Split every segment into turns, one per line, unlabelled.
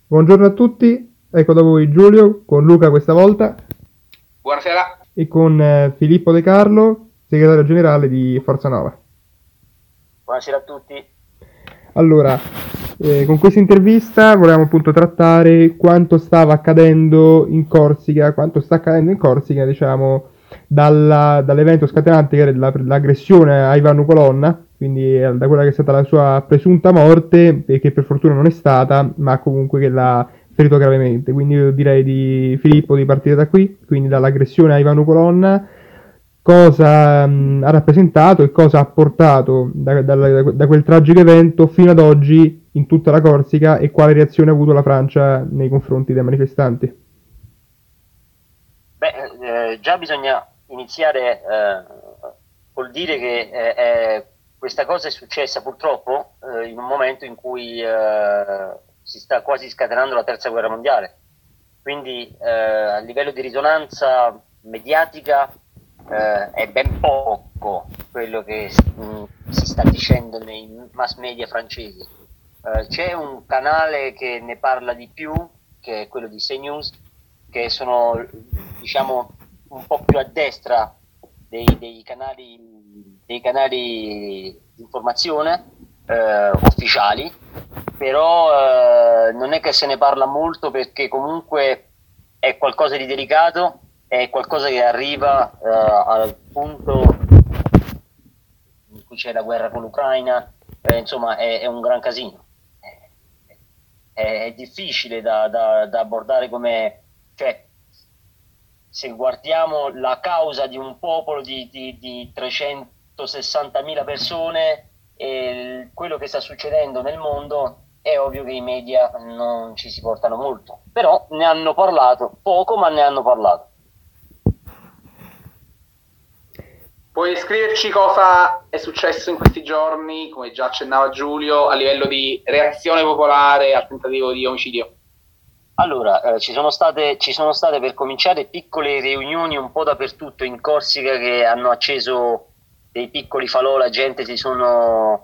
Buongiorno a tutti, ecco da voi Giulio, con Luca questa volta
Buonasera.
e con Filippo De Carlo, segretario generale di Forza Nova.
Buonasera a tutti.
Allora, con questa intervista volevamo appunto trattare quanto stava accadendo in Corsica, quanto sta accadendo in Corsica, diciamo, dall'evento scatenante che era l'aggressione a Ivano Colonna, quindi da quella che è stata la sua presunta morte, e che per fortuna non è stata, ma comunque che l'ha ferito gravemente. Quindi io direi di Filippo di partire da qui, quindi dall'aggressione a Ivano Colonna, cosa ha rappresentato e cosa ha portato da quel tragico evento fino ad oggi in tutta la Corsica e quale reazione ha avuto la Francia nei confronti dei manifestanti.
Già bisogna iniziare col dire che questa cosa è successa purtroppo in un momento in cui si sta quasi scatenando la terza guerra mondiale. Quindi a livello di risonanza mediatica è ben poco quello che si sta dicendo nei mass media francesi. C'è un canale che ne parla di più, che è quello di CNews, che sono, diciamo, un po' più a destra dei canali di informazione ufficiali, però non è che se ne parla molto perché comunque è qualcosa di delicato, è qualcosa che arriva al punto in cui c'è la guerra con l'Ucraina, insomma è un gran casino. È difficile da abbordare come, cioè, se guardiamo la causa di un popolo di 360.000 persone e quello che sta succedendo nel mondo, è ovvio che i media non ci si portano molto, però ne hanno parlato poco, ma ne hanno parlato.
Puoi descriverci cosa è successo in questi giorni, come già accennava Giulio, a livello di reazione popolare al tentativo di omicidio?
Allora, ci sono state per cominciare piccole riunioni un po' dappertutto in Corsica che hanno acceso dei piccoli falò, la gente si sono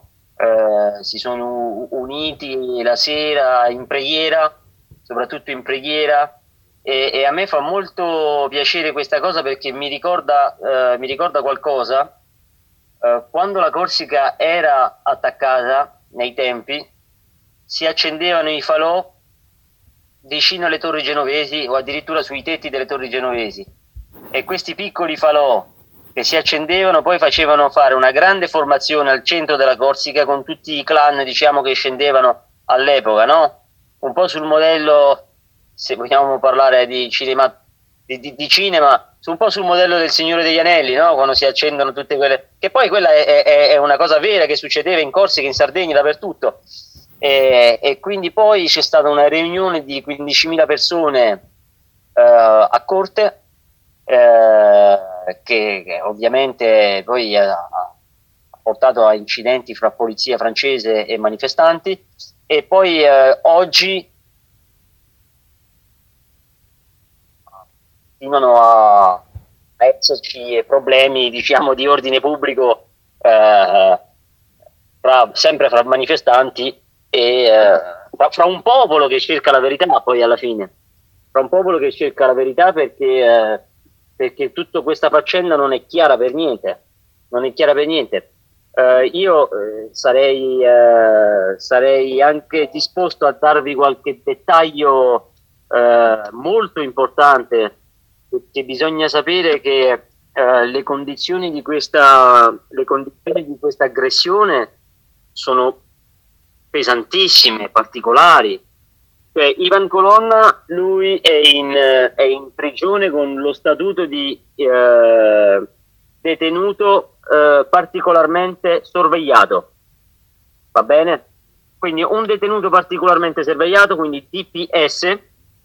uniti la sera in preghiera, soprattutto in preghiera, e a me fa molto piacere questa cosa perché mi ricorda qualcosa. Quando la Corsica era attaccata nei tempi, si accendevano i falò vicino alle torri genovesi o addirittura sui tetti delle torri genovesi, e questi piccoli falò che si accendevano poi facevano fare una grande formazione al centro della Corsica con tutti i clan, diciamo, che scendevano all'epoca, no? Un po' sul modello, se vogliamo parlare di cinema, di cinema, un po' sul modello del Signore degli Anelli, no? Quando si accendono tutte quelle, che poi quella è una cosa vera che succedeva in Corsica, in Sardegna, dappertutto. E quindi poi c'è stata una riunione di 15.000 persone a corte, che ovviamente poi ha portato a incidenti fra polizia francese e manifestanti, e poi oggi continuano a esserci problemi, diciamo, di ordine pubblico, sempre fra manifestanti e fra un popolo che cerca la verità, ma poi alla fine fra un popolo che cerca la verità perché tutta questa faccenda non è chiara per niente, non è chiara per niente. Io sarei anche disposto a darvi qualche dettaglio molto importante, perché bisogna sapere che le condizioni di questa aggressione sono pesantissime, particolari. Cioè, Ivan Colonna, lui è in prigione con lo statuto di detenuto particolarmente sorvegliato, va bene? Quindi un detenuto particolarmente sorvegliato, quindi DPS,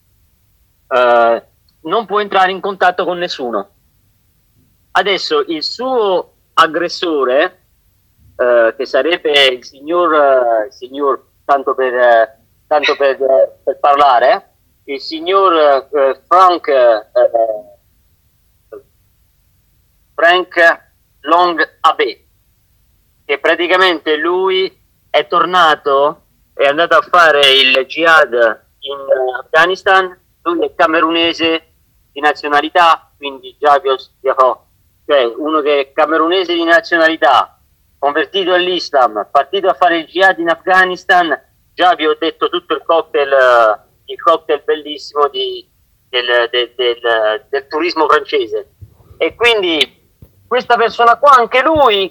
non può entrare in contatto con nessuno. Adesso il suo aggressore, che sarebbe il signor tanto per parlare, il signor Frank Long Abe, che praticamente lui è tornato, è andato a fare il jihad in Afghanistan. Lui è camerunese di nazionalità, quindi Javios Diafò, cioè uno che è camerunese di nazionalità, convertito all'Islam, partito a fare il jihad in Afghanistan. Già vi ho detto tutto il cocktail bellissimo del turismo francese. E quindi questa persona qua, anche lui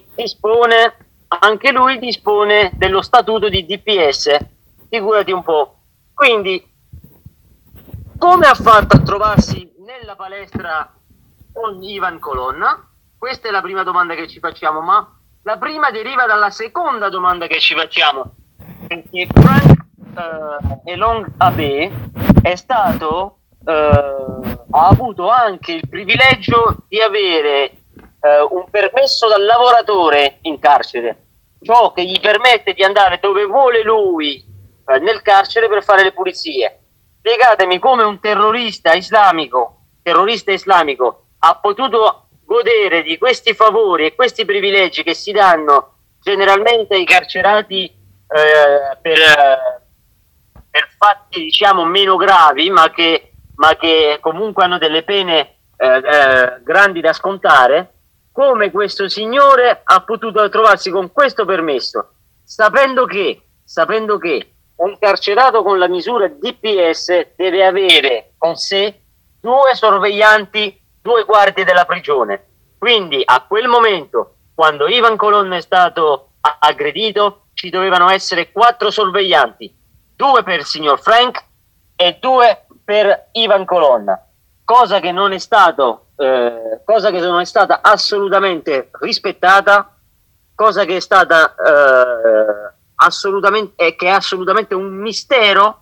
dispone dello statuto di DPS, figurati un po'. Quindi come ha fatto a trovarsi nella palestra con Ivan Colonna? Questa è la prima domanda che ci facciamo, ma la prima deriva dalla seconda domanda che ci facciamo, perché Frank Elong Abe è stato ha avuto anche il privilegio di avere un permesso dal lavoratore in carcere, ciò che gli permette di andare dove vuole lui nel carcere per fare le pulizie. Spiegatemi come un terrorista islamico ha potuto godere di questi favori e questi privilegi che si danno generalmente ai carcerati per fatti diciamo meno gravi, ma che comunque hanno delle pene grandi da scontare. Come questo signore ha potuto trovarsi con questo permesso, sapendo che un carcerato con la misura DPS deve avere con sé 2 sorveglianti, 2 guardie della prigione. Quindi a quel momento, quando Ivan Colonna è stato aggredito, ci dovevano essere 4 sorveglianti, 2 per il signor Frank e 2 per Ivan Colonna, cosa che non è stata assolutamente rispettata, cosa che è stata assolutamente un mistero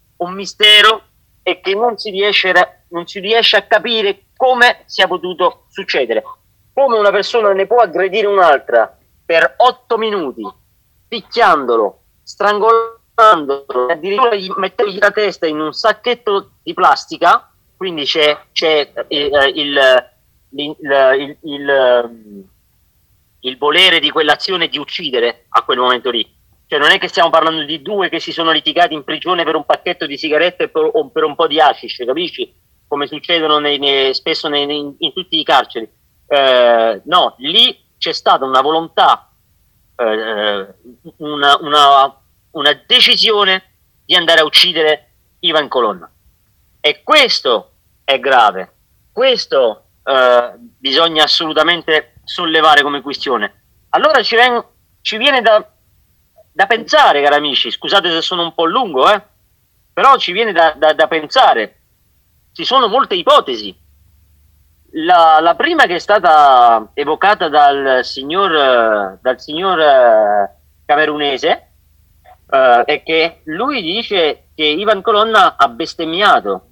e che non si riesce a capire come sia potuto succedere. Come una persona ne può aggredire un'altra per 8 minuti, picchiandolo, strangolandolo, addirittura mettergli la testa in un sacchetto di plastica. Quindi c'è il volere di quell'azione di uccidere a quel momento lì. Cioè non è che stiamo parlando di 2 che si sono litigati in prigione per un pacchetto di sigarette o per un po' di hashish, capisci? Come succedono spesso in tutti i carceri. No, lì c'è stata una volontà, una decisione di andare a uccidere Ivan Colonna. E questo è grave. Questo bisogna assolutamente sollevare come questione. Allora ci viene da pensare, cari amici, scusate se sono un po' lungo, però ci viene da pensare. Ci sono molte ipotesi. La prima che è stata evocata dal signor camerunese è che lui dice che Ivan Colonna ha bestemmiato.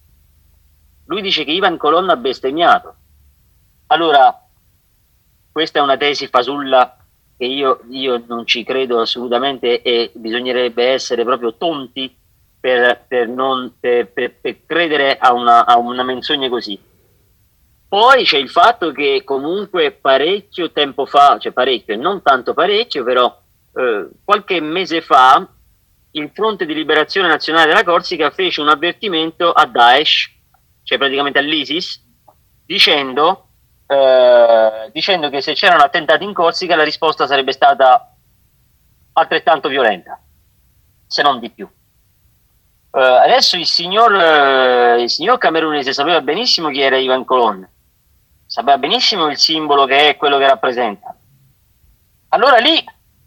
Allora, questa è una tesi fasulla che io non ci credo assolutamente, e bisognerebbe essere proprio tonti per credere a una menzogna così. Poi c'è il fatto che comunque parecchio tempo fa, cioè parecchio, non tanto parecchio, però qualche mese fa il Fronte di Liberazione Nazionale della Corsica fece un avvertimento a Daesh, cioè praticamente all'ISIS, dicendo che se c'erano attentati in Corsica la risposta sarebbe stata altrettanto violenta, se non di più. Adesso il signor camerunese sapeva benissimo chi era Ivan Colonna, sapeva benissimo il simbolo che è quello che rappresenta. Allora lì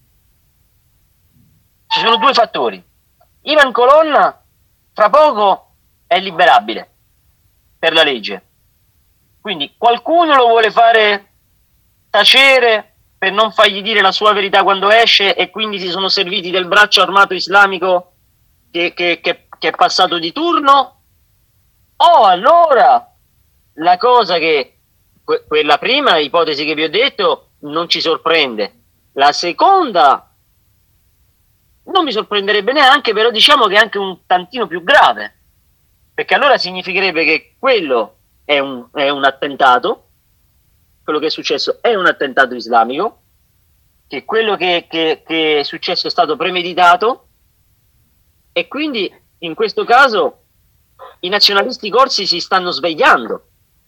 ci sono 2 fattori. Ivan Colonna tra poco è liberabile per la legge, quindi qualcuno lo vuole fare tacere per non fargli dire la sua verità quando esce, e quindi si sono serviti del braccio armato islamico che è passato di turno. O allora la cosa che quella prima ipotesi che vi ho detto non ci sorprende, la seconda non mi sorprenderebbe neanche, però diciamo che è anche un tantino più grave, perché allora significherebbe che quello è un attentato, quello che è successo è un attentato islamico, che quello che è successo è stato premeditato, e quindi in questo caso i nazionalisti corsi si stanno svegliando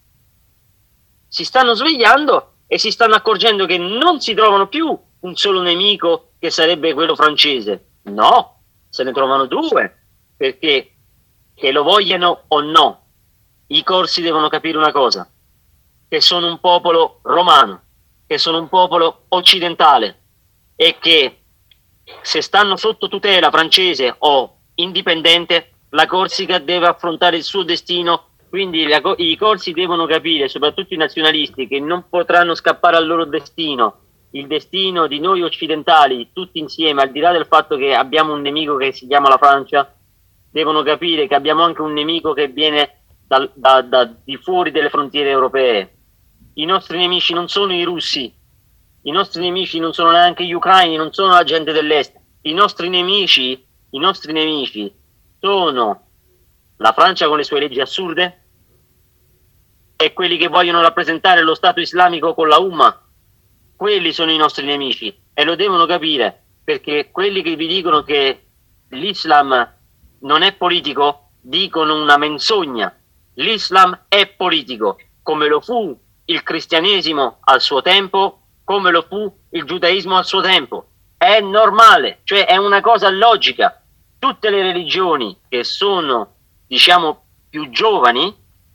e si stanno accorgendo che non si trovano più un solo nemico che sarebbe quello francese, no, se ne trovano due, perché che lo vogliano o no, i corsi devono capire una cosa, che sono un popolo romano, che sono un popolo occidentale e che se stanno sotto tutela francese o indipendente, la Corsica deve affrontare il suo destino. Quindi i corsi devono capire, soprattutto i nazionalisti, che non potranno scappare al loro destino, il destino di noi occidentali, tutti insieme, al di là del fatto che abbiamo un nemico che si chiama la Francia, devono capire che abbiamo anche un nemico che viene da di fuori delle frontiere europee. I nostri nemici non sono i russi, i nostri nemici non sono neanche gli ucraini, non sono la gente dell'est. I nostri nemici sono la Francia con le sue leggi assurde e quelli che vogliono rappresentare lo Stato islamico con la Umma. Quelli sono i nostri nemici e lo devono capire, perché quelli che vi dicono che l'Islam non è politico dicono una menzogna. L'Islam è politico, come lo fu il cristianesimo al suo tempo, come lo fu il giudaismo al suo tempo. È normale, cioè è una cosa logica. Tutte le religioni che sono, diciamo, più giovani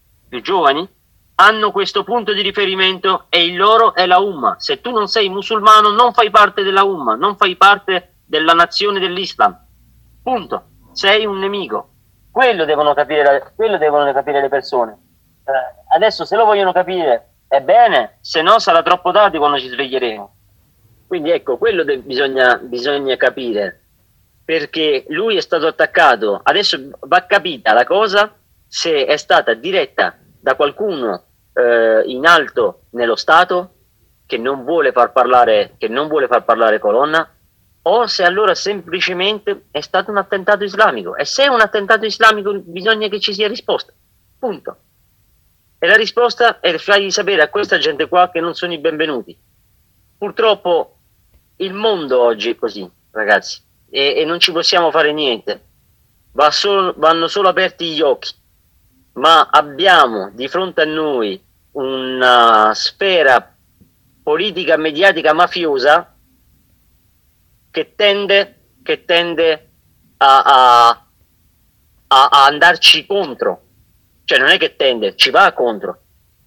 hanno questo punto di riferimento e il loro è la Umma. Se tu non sei musulmano non fai parte della Umma, non fai parte della nazione dell'Islam. Punto. Sei un nemico. Quello devono capire le persone. Adesso se lo vogliono capire è bene, se no sarà troppo tardi quando ci sveglieremo. Quindi ecco, quello bisogna capire, perché lui è stato attaccato. Adesso va capita la cosa se è stata diretta da qualcuno in alto nello Stato che non vuole far parlare Colonna, o se allora semplicemente è stato un attentato islamico. E se è un attentato islamico bisogna che ci sia risposta, punto. E la risposta è fargli sapere a questa gente qua che non sono i benvenuti. Purtroppo il mondo oggi è così, ragazzi, e non ci possiamo fare niente. Vanno solo aperti gli occhi. Ma abbiamo di fronte a noi una sfera politica mediatica mafiosa che tende a andarci contro. Cioè non è che tende, ci va contro.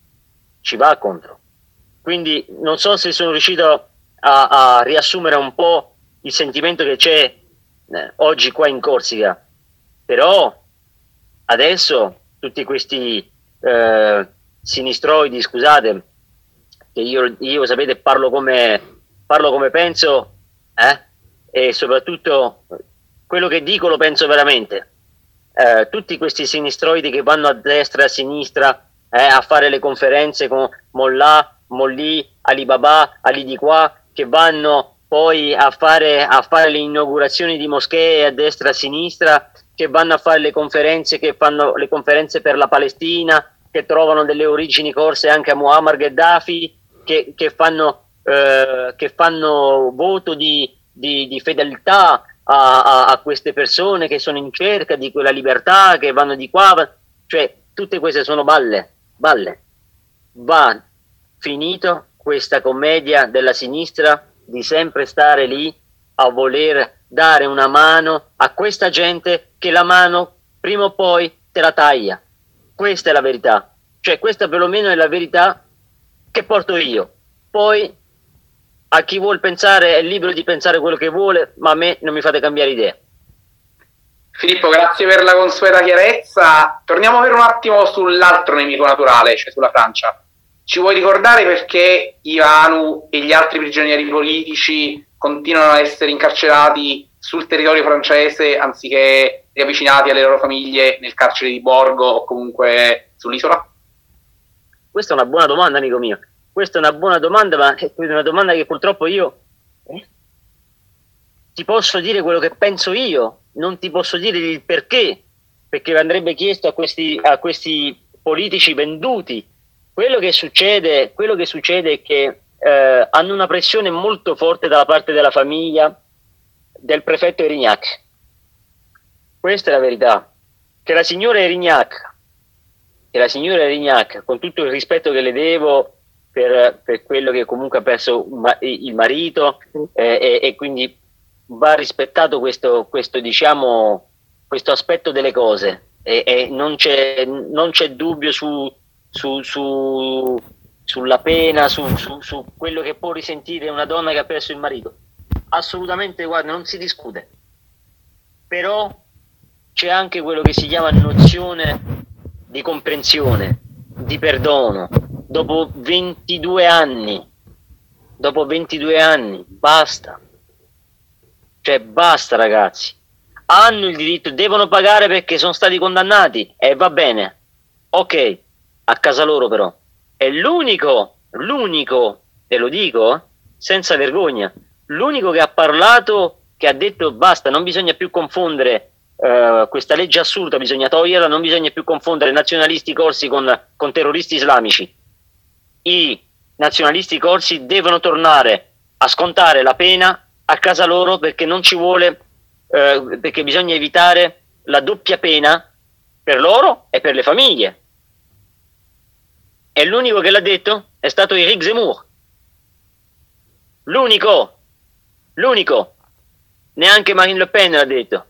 Quindi non so se sono riuscito a riassumere un po' il sentimento che c'è oggi qua in Corsica, però adesso tutti questi sinistroidi, scusate, che io sapete parlo come penso, e soprattutto quello che dico lo penso veramente. Tutti questi sinistroidi che vanno a destra e a sinistra a fare le conferenze con Mollah, Molli, Alibaba, Ali di qua, che vanno poi a fare le inaugurazioni di moschee a destra e a sinistra, che vanno a fare le conferenze, che fanno le conferenze per la Palestina, che trovano delle origini corse anche a Muammar Gheddafi, che fanno voto di fedeltà a queste persone che sono in cerca di quella libertà, che vanno di qua, cioè tutte queste sono balle. Va finito questa commedia della sinistra di sempre stare lì a voler dare una mano a questa gente che la mano prima o poi te la taglia. Questa è la verità, cioè questa perlomeno è la verità che porto io. Poi a chi vuol pensare è libero di pensare quello che vuole, ma a me non mi fate cambiare idea.
Filippo, grazie per la consueta chiarezza. Torniamo per un attimo sull'altro nemico naturale, cioè sulla Francia. Ci vuoi ricordare perché Ivanu e gli altri prigionieri politici continuano a essere incarcerati sul territorio francese anziché riavvicinati alle loro famiglie nel carcere di Borgo o comunque sull'isola?
Questa è una buona domanda, amico mio. Questa è una buona domanda, ma è una domanda che purtroppo io ti posso dire quello che penso io, non ti posso dire il perché andrebbe chiesto a questi politici venduti. Quello che succede è che hanno una pressione molto forte dalla parte della famiglia del prefetto Erignac. Questa è la verità. Che la signora Erignac, con tutto il rispetto che le devo per quello che comunque ha perso il marito, e quindi va rispettato questo diciamo, questo aspetto delle cose, e non c'è dubbio sulla pena, su quello che può risentire una donna che ha perso il marito. Assolutamente, guarda, non si discute. Però c'è anche quello che si chiama nozione di comprensione, di perdono. Dopo 22 anni, basta. Cioè, basta, ragazzi. Hanno il diritto, devono pagare perché sono stati condannati, e va bene. Ok, a casa loro però. È l'unico, te lo dico, senza vergogna, l'unico che ha parlato, che ha detto basta, non bisogna più confondere questa legge assurda, bisogna toglierla, non bisogna più confondere nazionalisti corsi con terroristi islamici. I nazionalisti corsi devono tornare a scontare la pena a casa loro, perché non ci vuole, perché bisogna evitare la doppia pena per loro e per le famiglie. E l'unico che l'ha detto è stato Eric Zemmour. L'unico. Neanche Marine Le Pen l'ha detto.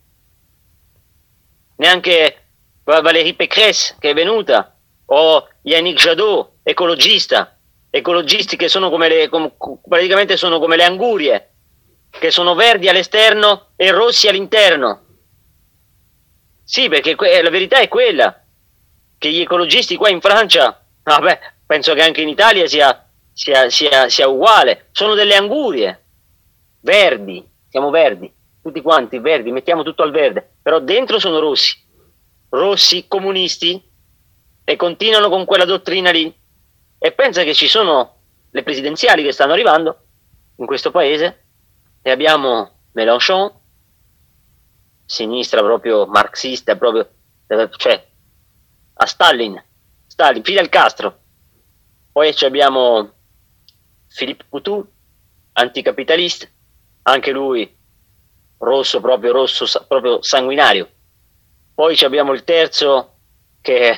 Neanche Valérie Pécresse, che è venuta, o Yannick Jadot, ecologisti che sono praticamente sono come le angurie, che sono verdi all'esterno e rossi all'interno. Sì, perché la verità è quella, che gli ecologisti qua in Francia, vabbè, penso che anche in Italia sia uguale, sono delle angurie, verdi, siamo verdi, tutti quanti verdi, mettiamo tutto al verde, però dentro sono rossi comunisti, e continuano con quella dottrina lì. E pensa che ci sono le presidenziali che stanno arrivando in questo paese, e abbiamo Mélenchon, sinistra proprio marxista, proprio, cioè a Stalin, Fidel Castro. Poi abbiamo Philippe Poutou, anticapitalista, anche lui rosso proprio sanguinario. Poi abbiamo il terzo che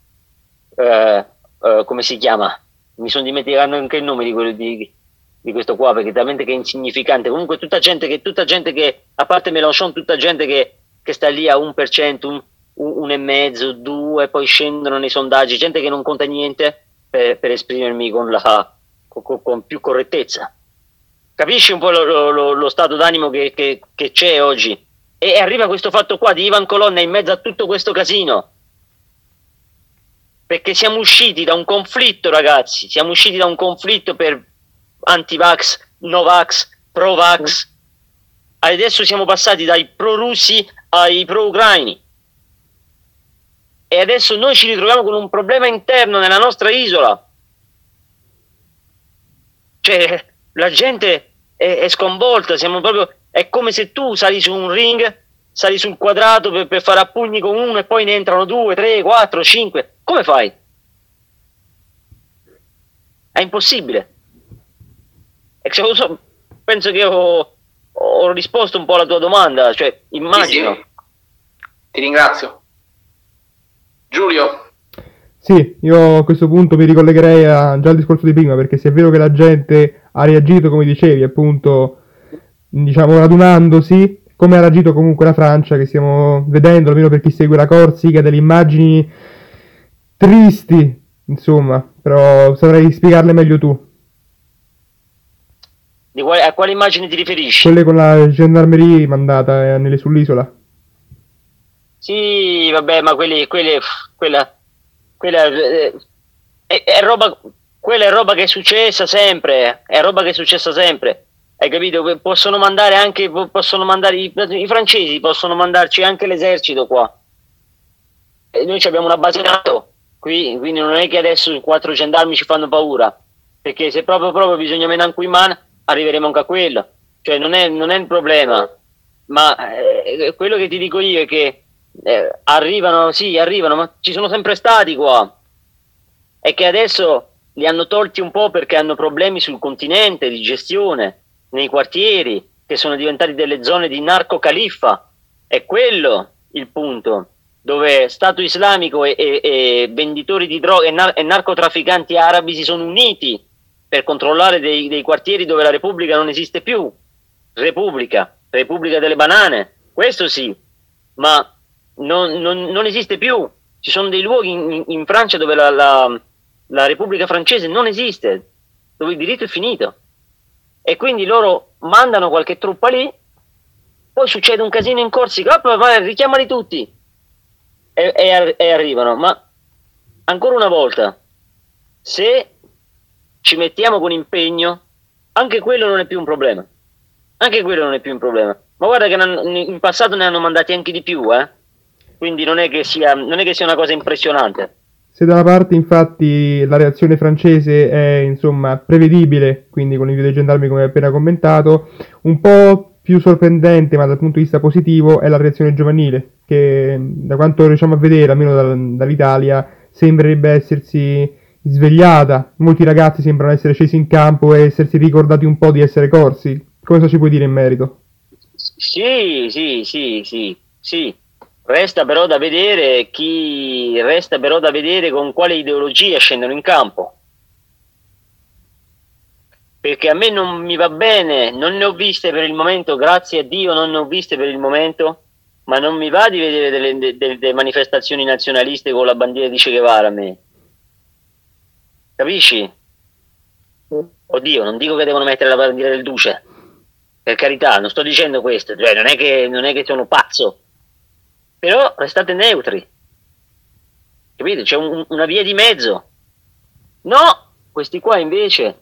come si chiama? Mi sono dimenticato anche il nome di quello di questo qua, perché talmente che è insignificante. Comunque tutta gente che, a parte Mélenchon, tutta gente che sta lì a 1%, 1,5%, 2%, poi scendono nei sondaggi, gente che non conta niente, per esprimermi con più correttezza. Capisci un po' lo stato d'animo che c'è oggi? E arriva questo fatto qua di Ivan Colonna in mezzo a tutto questo casino, perché siamo usciti da un conflitto, ragazzi, per anti-vax, no-vax, pro-vax. Adesso siamo passati dai pro-russi ai pro-ucraini, e adesso noi ci ritroviamo con un problema interno nella nostra isola. Cioè, la gente è sconvolta, è come se tu sali su un ring, sali sul quadrato per fare a pugni con uno, e poi ne entrano 2, 3, 4, 5. Come fai? È impossibile. Penso che ho risposto un po' alla tua domanda, cioè immagino.
Sì. Ti ringrazio. Giulio?
Sì, io a questo punto mi ricollegherei già al discorso di prima, perché se è vero che la gente ha reagito, come dicevi, appunto, diciamo, radunandosi, come ha reagito comunque la Francia, che stiamo vedendo, almeno per chi segue la Corsica, delle immagini tristi, insomma, però saprai spiegarle meglio tu.
A quale immagini ti riferisci?
Quelle con la gendarmerie mandata sull'isola.
Sì, vabbè, ma quella è roba, quella è roba che è successa sempre, hai capito? Possono mandare i francesi, possono mandarci anche l'esercito qua, e noi abbiamo una base NATO qui, quindi non è che adesso i 4 gendarmi ci fanno paura, perché se proprio bisogna menare un man, arriveremo anche a quello, cioè non è il problema, ma quello che ti dico io è che arrivano, ma ci sono sempre stati qua, e che adesso li hanno tolti un po' perché hanno problemi sul continente di gestione, nei quartieri, che sono diventati delle zone di narcocaliffa, È quello il punto, dove Stato islamico e venditori di droga e narcotrafficanti arabi si sono uniti per controllare dei quartieri dove la Repubblica non esiste più. Repubblica delle banane, questo sì, ma non esiste più. Ci sono dei luoghi in Francia dove la Repubblica francese non esiste, dove il diritto è finito. E quindi loro mandano qualche truppa lì, poi succede un casino in Corsica, vai, richiamali tutti e arrivano. Ma ancora una volta, se ci mettiamo con impegno, anche quello non è più un problema. Anche quello non è più un problema. Ma guarda che in passato ne hanno mandati anche di più, quindi non è che sia una cosa impressionante.
Se da una parte infatti la reazione francese è insomma prevedibile, quindi con l'invio dei gendarmi come appena commentato, un po' più sorprendente ma dal punto di vista positivo è la reazione giovanile, che da quanto riusciamo a vedere, almeno dall'Italia, sembrerebbe essersi svegliata. Molti ragazzi sembrano essere scesi in campo e essersi ricordati un po' di essere corsi. Cosa ci puoi dire in merito?
Sì. Resta però da vedere con quale ideologia scendono in campo. Perché a me non mi va bene, non ne ho viste per il momento, grazie a Dio non ne ho viste per il momento, ma non mi va di vedere delle manifestazioni nazionaliste con la bandiera di Che Guevara a me. Capisci? Oddio, non dico che devono mettere la bandiera del Duce, per carità, non sto dicendo questo, cioè non è che sono pazzo, però restate neutri, capite? C'è una via di mezzo. No, questi qua invece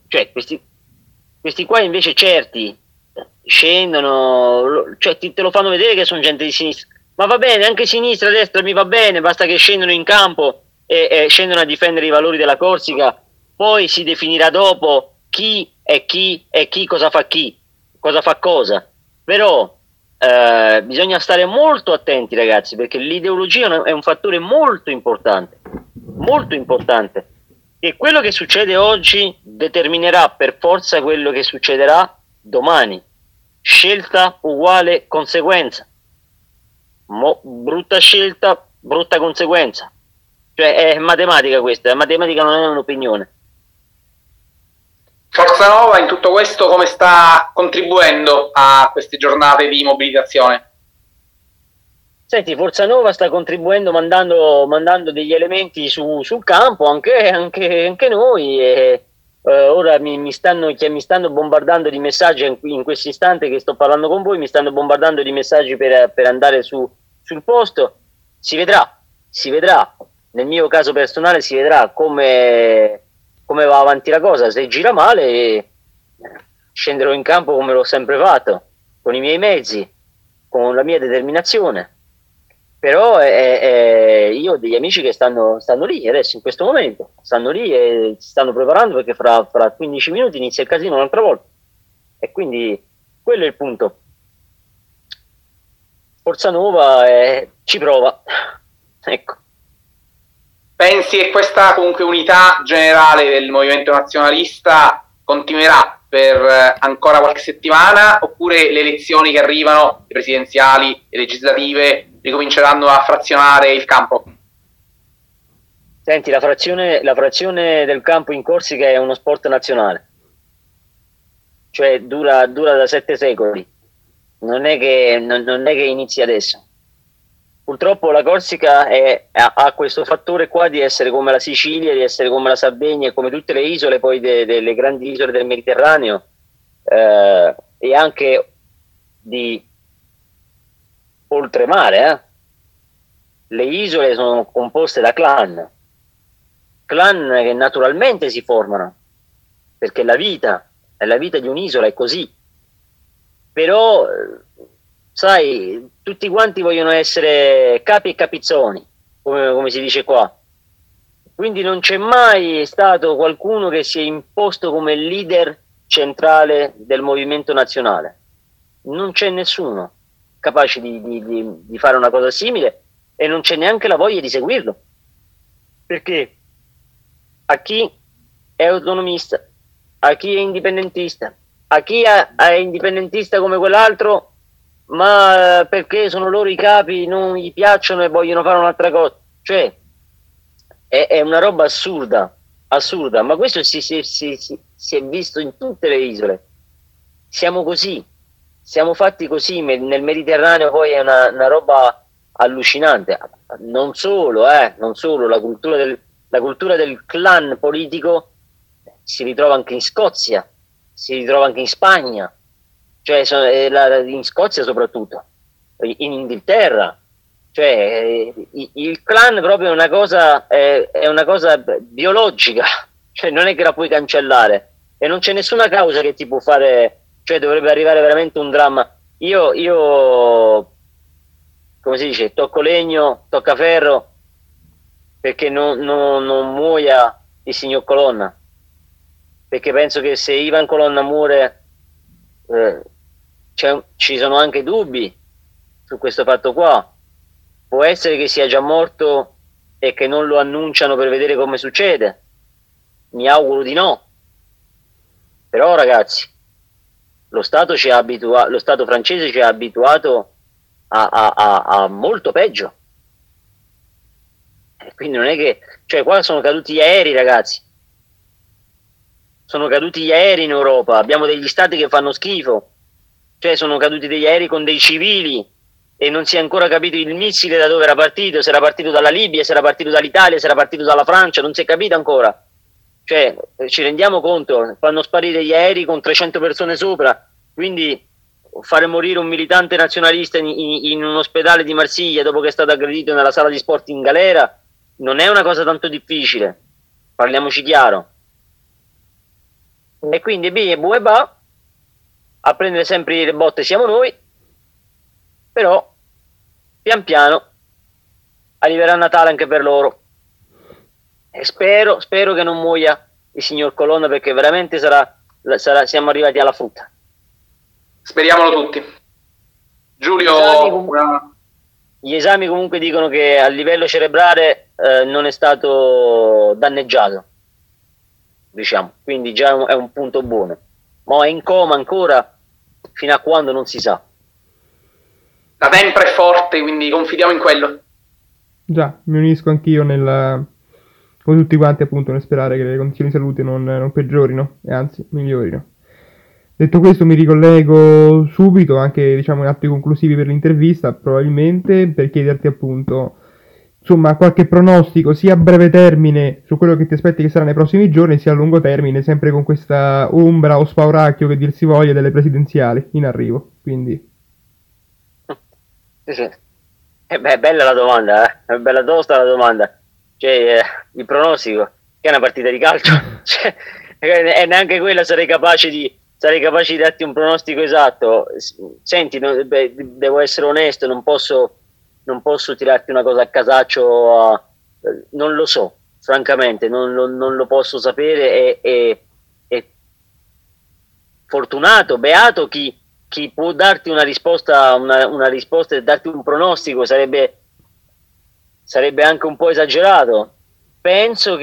certi scendono, cioè te lo fanno vedere che sono gente di sinistra, ma va bene, anche sinistra, destra mi va bene, basta che scendono in campo e scendono a difendere i valori della Corsica, poi si definirà dopo chi cosa fa cosa, però bisogna stare molto attenti, ragazzi, perché l'ideologia è un fattore molto importante, e quello che succede oggi determinerà per forza quello che succederà domani. Scelta uguale conseguenza, brutta scelta, brutta conseguenza, cioè è matematica questa, la matematica non è un'opinione.
Forza Nova in tutto questo come sta contribuendo a queste giornate di mobilitazione?
Senti, Forza Nova sta contribuendo mandando degli elementi sul campo, anche noi, e ora mi stanno bombardando di messaggi in questo istante che sto parlando con voi, mi stanno bombardando di messaggi per andare sul posto. Si vedrà, nel mio caso personale si vedrà come va avanti la cosa. Se gira male scenderò in campo come l'ho sempre fatto, con i miei mezzi, con la mia determinazione. Però io ho degli amici che stanno lì adesso in questo momento, stanno lì e si stanno preparando, perché fra 15 minuti inizia il casino un'altra volta, e quindi quello è il punto. Forza Nuova ci prova, ecco.
Pensi che questa comunque unità generale del movimento nazionalista continuerà per ancora qualche settimana, oppure le elezioni che arrivano, le presidenziali e legislative, ricominceranno a frazionare il campo?
Senti, la frazione del campo in Corsica è uno sport nazionale, cioè dura da 7 secoli, non è che inizi adesso. Purtroppo la Corsica ha questo fattore qua di essere come la Sicilia, di essere come la Sardegna e come tutte le isole poi delle grandi isole del Mediterraneo, e anche di oltremare. Le isole sono composte da clan che naturalmente si formano, perché la vita di un'isola è così. Però sai, tutti quanti vogliono essere capi e capizzoni, come si dice qua. Quindi non c'è mai stato qualcuno che si è imposto come leader centrale del movimento nazionale. Non c'è nessuno capace di fare una cosa simile, e non c'è neanche la voglia di seguirlo. Perché a chi è autonomista, a chi è indipendentista, a chi è indipendentista come quell'altro, ma perché sono loro i capi, non gli piacciono e vogliono fare un'altra cosa. Cioè, è una roba assurda, ma questo si è visto in tutte le isole. Siamo così, siamo fatti così, nel Mediterraneo poi è una roba allucinante. Non solo, la cultura del clan politico si ritrova anche in Scozia, si ritrova anche in Spagna, cioè in Scozia soprattutto, in Inghilterra. Cioè, il clan proprio è una cosa biologica, cioè non è che la puoi cancellare e non c'è nessuna causa che ti può fare, cioè dovrebbe arrivare veramente un dramma. Io come si dice, tocco legno, tocca ferro, perché non muoia il signor Colonna, perché penso che se Ivan Colonna muore ci sono anche dubbi su questo fatto qua. Può essere che sia già morto e che non lo annunciano per vedere come succede. Mi auguro di no. Però ragazzi, lo Stato francese ci ha abituato a molto peggio. Quindi non è che... Cioè qua sono caduti gli aerei, ragazzi. Sono caduti gli aerei in Europa. Abbiamo degli stati che fanno schifo. Cioè sono caduti degli aerei con dei civili e non si è ancora capito il missile da dove era partito, se era partito dalla Libia, se era partito dall'Italia, se era partito dalla Francia, non si è capito ancora. Cioè, ci rendiamo conto, fanno sparire gli aerei con 300 persone sopra, quindi fare morire un militante nazionalista in un ospedale di Marsiglia dopo che è stato aggredito nella sala di sport in galera non è una cosa tanto difficile, parliamoci chiaro. E quindi e bu e ba, a prendere sempre le botte siamo noi, però pian piano arriverà Natale anche per loro e spero che non muoia il signor Colonna, perché veramente siamo arrivati alla frutta.
Speriamolo tutti. Giulio,
gli esami comunque dicono che a livello cerebrale non è stato danneggiato, diciamo, quindi già è un punto buono, ma è in coma ancora fino a quando non si sa.
La tempra è forte, quindi confidiamo in quello.
Già, mi unisco anch'io come tutti quanti, appunto, nel sperare che le condizioni di salute non peggiorino e anzi migliorino. Detto questo, mi ricollego subito, anche diciamo in atti conclusivi per l'intervista, probabilmente, per chiederti appunto, insomma, qualche pronostico sia a breve termine su quello che ti aspetti che sarà nei prossimi giorni, sia a lungo termine, sempre con questa ombra o spauracchio, che dir si voglia, delle presidenziali in arrivo. Quindi...
È bella la domanda, è bella tosta la domanda. Cioè, il pronostico, che è una partita di calcio, cioè, e neanche quella sarei capace di darti un pronostico esatto. Senti, devo essere onesto, non posso tirarti una cosa a casaccio, non lo so, francamente, non lo posso sapere. E fortunato, beato chi può darti una risposta e darti un pronostico. Sarebbe anche un po' esagerato. Penso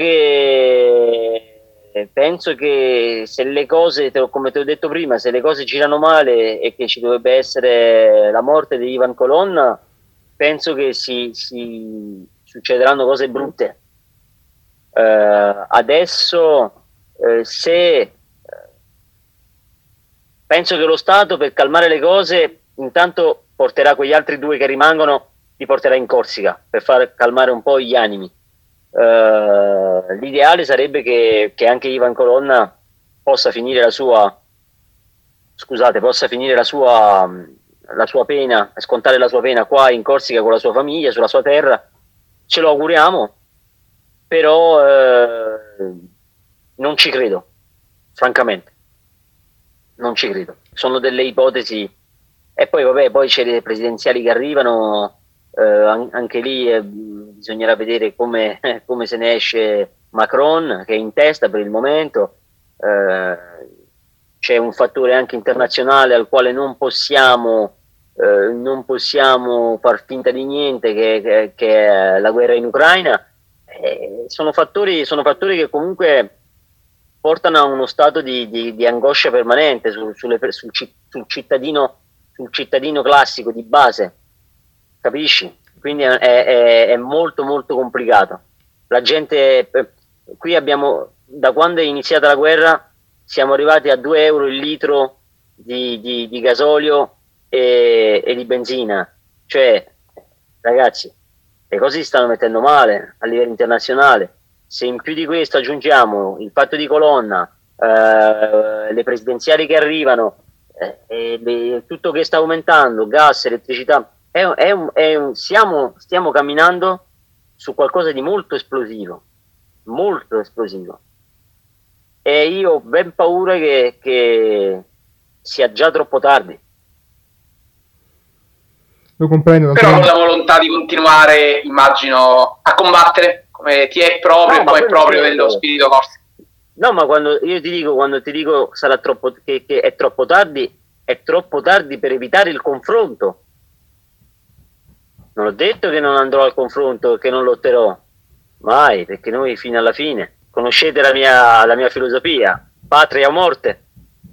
che se le cose, come ti ho detto prima, se le cose girano male e che ci dovrebbe essere la morte di Ivan Colonna, penso che si succederanno cose brutte. Adesso penso che lo Stato, per calmare le cose, intanto porterà quegli altri due che rimangono, li porterà in Corsica per far calmare un po' gli animi. L'ideale sarebbe che anche Ivan Colonna possa finire la sua pena, scontare la sua pena qua in Corsica con la sua famiglia, sulla sua terra. Ce lo auguriamo, però non ci credo, francamente. Non ci credo, sono delle ipotesi. E poi c'è le presidenziali che arrivano, anche lì bisognerà vedere come se ne esce Macron, che è in testa per il momento. C'è un fattore anche internazionale al quale non possiamo far finta di niente, che è la guerra in Ucraina. Sono fattori che comunque portano a uno stato di angoscia permanente sul sul cittadino classico di base, capisci? Quindi è molto molto complicato. La gente, qui abbiamo, da quando è iniziata la guerra, siamo arrivati a 2 euro il litro di gasolio e di benzina. Cioè, ragazzi, le cose si stanno mettendo male a livello internazionale. Se in più di questo aggiungiamo il patto di Colonna, le presidenziali che arrivano, tutto che sta aumentando, gas, elettricità, stiamo camminando su qualcosa di molto esplosivo, e io ho ben paura che sia già troppo tardi.
Lo comprendo.
Però con la volontà di continuare, immagino, a combattere, come ti è proprio, come è proprio dello spirito corso.
No, ma quando ti dico sarà troppo, che è troppo tardi per evitare il confronto. Non ho detto che non andrò al confronto, che non lotterò, mai, perché noi fino alla fine, conoscete la mia filosofia, patria o morte,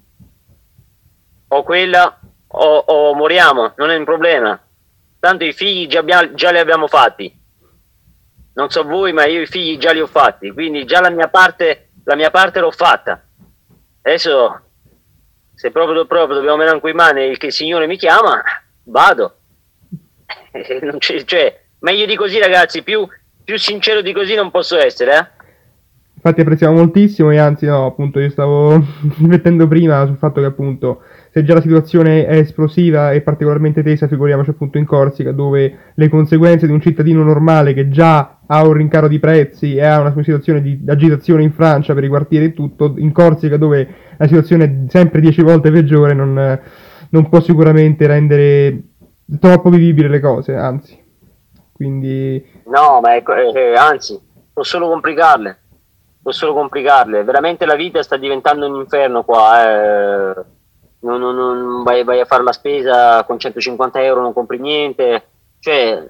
o quella o moriamo, non è un problema, tanto i figli già li abbiamo fatti, non so voi, ma io i figli già li ho fatti, quindi già la mia parte l'ho fatta. Adesso, se proprio dobbiamo menare un mani e che il Signore mi chiama, vado. Non cioè, meglio di così, ragazzi, più sincero di così non posso essere,
Infatti apprezziamo moltissimo, e anzi no, appunto io stavo riflettendo prima sul fatto che appunto se già la situazione è esplosiva e particolarmente tesa, figuriamoci appunto in Corsica, dove le conseguenze di un cittadino normale che già ha un rincaro di prezzi e ha una situazione di agitazione in Francia per i quartieri e tutto, in Corsica dove la situazione è sempre 10 volte peggiore, non può sicuramente rendere troppo vivibili le cose, anzi. Quindi...
No, ma anzi, può solo complicarle. Veramente la vita sta diventando un inferno qua. Non vai a fare la spesa con 150 euro, non compri niente. Cioè,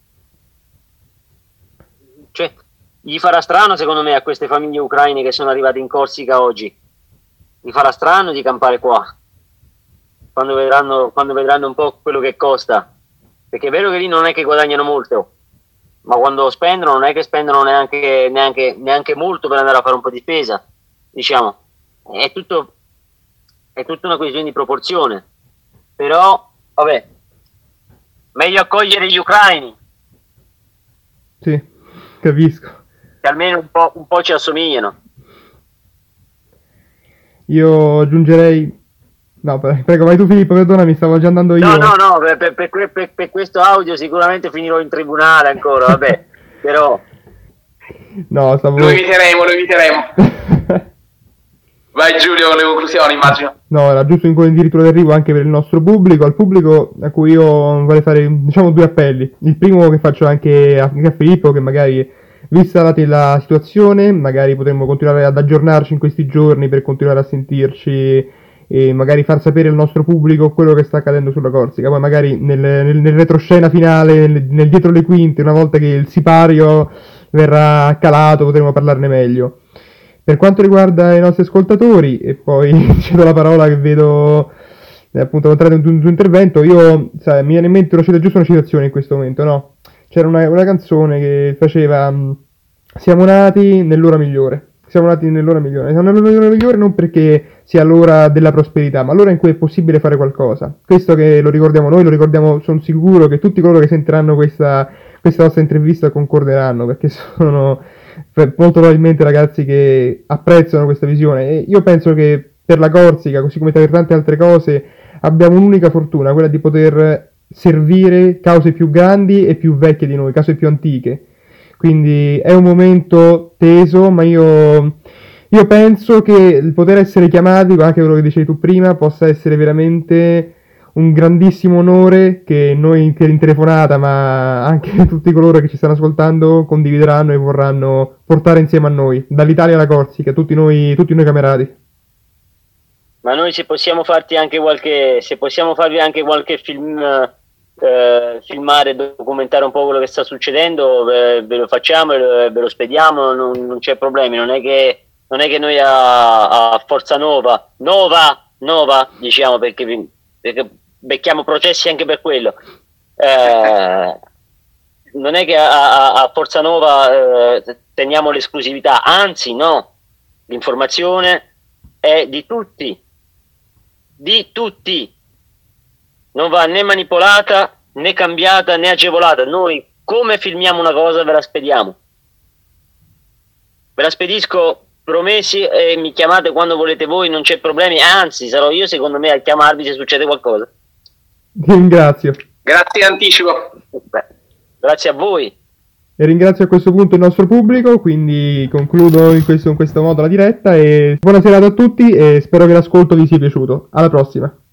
gli farà strano, secondo me, a queste famiglie ucraine che sono arrivate in Corsica oggi. Gli farà strano di campare qua. Quando vedranno un po' quello che costa, perché è vero che lì non è che guadagnano molto, ma quando spendono non è che spendono neanche molto per andare a fare un po' di spesa, diciamo, è tutto una questione di proporzione. Però vabbè, meglio accogliere gli ucraini,
sì, capisco,
che almeno un po' ci assomigliano.
Io aggiungerei... No, prego, vai tu Filippo, perdonami, stavo già andando io.
No, per questo audio sicuramente finirò in tribunale ancora, vabbè, però...
No,
Lo eviteremo. Vai Giulio con le conclusioni, immagino.
No, era giusto addirittura d'arrivo anche per il nostro pubblico, al pubblico a cui io vorrei fare, diciamo, 2 appelli. Il primo che faccio anche a Filippo, che magari, vista la situazione, magari potremmo continuare ad aggiornarci in questi giorni per continuare a sentirci e magari far sapere al nostro pubblico quello che sta accadendo sulla Corsica. Poi magari nel retroscena finale, nel dietro le quinte, una volta che il sipario verrà calato, potremo parlarne meglio. Per quanto riguarda i nostri ascoltatori, e poi cedo la parola che vedo appunto allontanare un tuo intervento, mi viene in mente giusto una citazione in questo momento, no? C'era una canzone che faceva siamo nati nell'ora migliore. Siamo nell'ora migliore non perché sia l'ora della prosperità, ma l'ora in cui è possibile fare qualcosa. Questo che lo ricordiamo noi, sono sicuro che tutti coloro che sentiranno questa nostra intervista concorderanno, perché sono molto probabilmente ragazzi che apprezzano questa visione. E io penso che per la Corsica, così come per tante altre cose, abbiamo un'unica fortuna, quella di poter servire cause più grandi e più vecchie di noi, cause più antiche. Quindi è un momento teso, ma io penso che il poter essere chiamati, anche quello che dicevi tu prima, possa essere veramente un grandissimo onore che noi che in telefonata, ma anche tutti coloro che ci stanno ascoltando, condivideranno e vorranno portare insieme a noi, dall'Italia alla Corsica, tutti noi camerati.
Ma noi se possiamo farvi anche qualche film... filmare, documentare un po' quello che sta succedendo, ve lo facciamo e ve lo spediamo, non c'è problemi, non è che noi a Forza Nova diciamo, perché becchiamo processi anche per quello. Non è che a Forza Nova teniamo l'esclusività, anzi no, l'informazione è di tutti, non va né manipolata né cambiata né agevolata. Noi come filmiamo una cosa ve la spediamo, ve la spedisco promessi, e mi chiamate quando volete voi, non c'è problemi, anzi sarò io secondo me a chiamarvi se succede qualcosa.
Ti ringrazio.
Grazie in anticipo.
Grazie a voi.
E ringrazio a questo punto il nostro pubblico, quindi concludo in questo modo la diretta e buona serata a tutti e spero che l'ascolto vi sia piaciuto. Alla prossima.